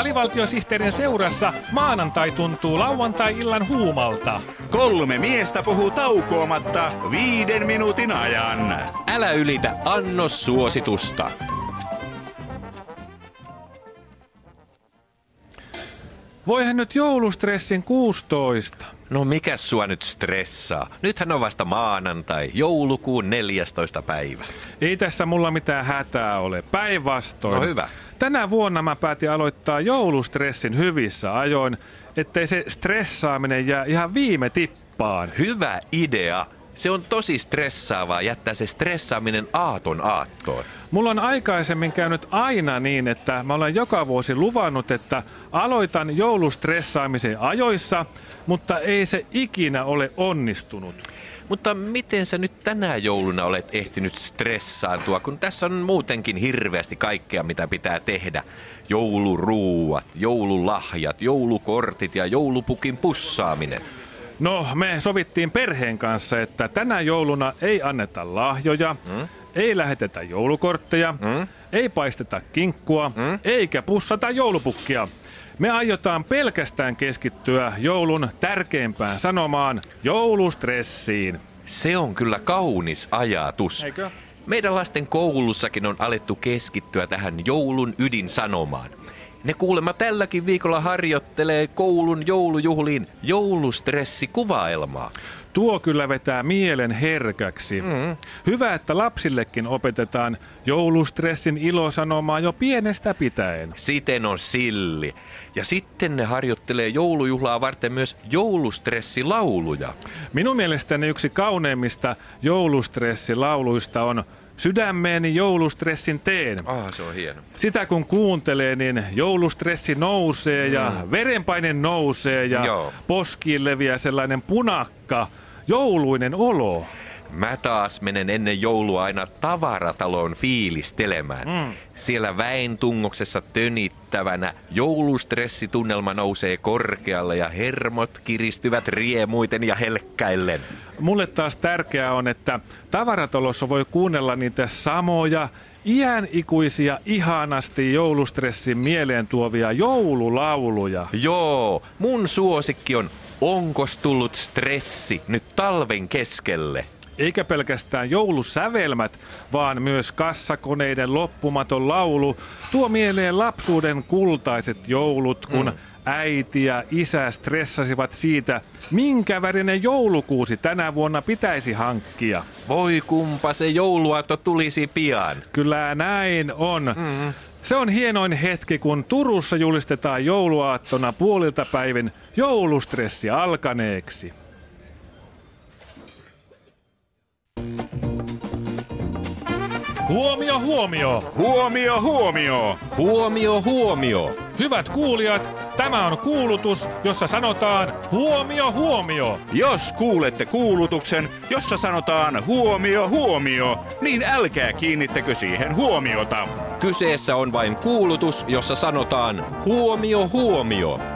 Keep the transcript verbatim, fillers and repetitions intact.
Alivaltiosihteerin seurassa maanantai tuntuu lauantai-illan huumalta. Kolme miestä puhuu taukoamatta viiden minuutin ajan. Älä ylitä annossuositusta. Voihan nyt joulustressin kuusitoista. No mikä sua nyt stressaa? Nythän on vasta maanantai, joulukuun neljästoista päivä. Ei tässä mulla mitään hätää ole, päinvastoin. No hyvä. Tänä vuonna mä päätin aloittaa joulustressin hyvissä ajoin, ettei se stressaaminen jää ihan viime tippaan. Hyvä idea. Se on tosi stressaavaa jättää se stressaaminen aaton aattoon. Mulla on aikaisemmin käynyt aina niin, että mä olen joka vuosi luvannut, että aloitan joulustressaamisen ajoissa, mutta ei se ikinä ole onnistunut. Mutta miten sä nyt tänä jouluna olet ehtinyt stressaantua, kun tässä on muutenkin hirveästi kaikkea, mitä pitää tehdä. Jouluruuat, joululahjat, joulukortit ja joulupukin pussaaminen. No, me sovittiin perheen kanssa, että tänä jouluna ei anneta lahjoja, mm? ei lähetetä joulukortteja, mm? ei paisteta kinkkua, mm? eikä pussata joulupukkia. Me aiotaan pelkästään keskittyä joulun tärkeimpään sanomaan, joulustressiin. Se on kyllä kaunis ajatus. Eikö? Meidän lasten koulussakin on alettu keskittyä tähän joulun ydinsanomaan. Ne kuulemma tälläkin viikolla harjoittelee koulun joulujuhliin joulustressikuvaelmaa. Tuo kyllä vetää mielen herkäksi. Mm. Hyvä, että lapsillekin opetetaan joulustressin ilosanomaa jo pienestä pitäen. Siten on silli. Ja sitten ne harjoittelee joulujuhlaa varten myös joulustressilauluja. Minun mielestäni yksi kauneimmista joulustressilauluista on Sydämeeni joulustressin teen. Ah, se on hieno. Sitä kun kuuntelee, niin joulustressi nousee ja mm. verenpaine nousee ja Joo. poskiin leviää sellainen punakka, jouluinen olo. Mä taas menen ennen joulua aina tavarataloon fiilistelemään. Mm. Siellä väen tungoksessa tönittävänä joulustressitunnelma nousee korkealle ja hermot kiristyvät riemuiten ja helkkäillen. Mulle taas tärkeää on, että tavaratalossa voi kuunnella niitä samoja iänikuisia, ihanasti joulustressin mieleen tuovia joululauluja. Joo, mun suosikki on Onkos tullut stressi nyt talven keskelle? Eikä pelkästään joulusävelmät, vaan myös kassakoneiden loppumaton laulu tuo mieleen lapsuuden kultaiset joulut, kun mm. äiti ja isä stressasivat siitä, minkä värinen joulukuusi tänä vuonna pitäisi hankkia. Voi kumpa se jouluaatto tulisi pian. Kyllä näin on. Mm. Se on hienoin hetki, kun Turussa julistetaan jouluaattona puolilta päivin joulustressi alkaneeksi. Huomio, huomio! Huomio, huomio! Huomio, huomio! Hyvät kuulijat, tämä on kuulutus, jossa sanotaan huomio, huomio! Jos kuulette kuulutuksen, jossa sanotaan huomio, huomio, niin älkää kiinnittäkö siihen huomiota. Kyseessä on vain kuulutus, jossa sanotaan huomio, huomio.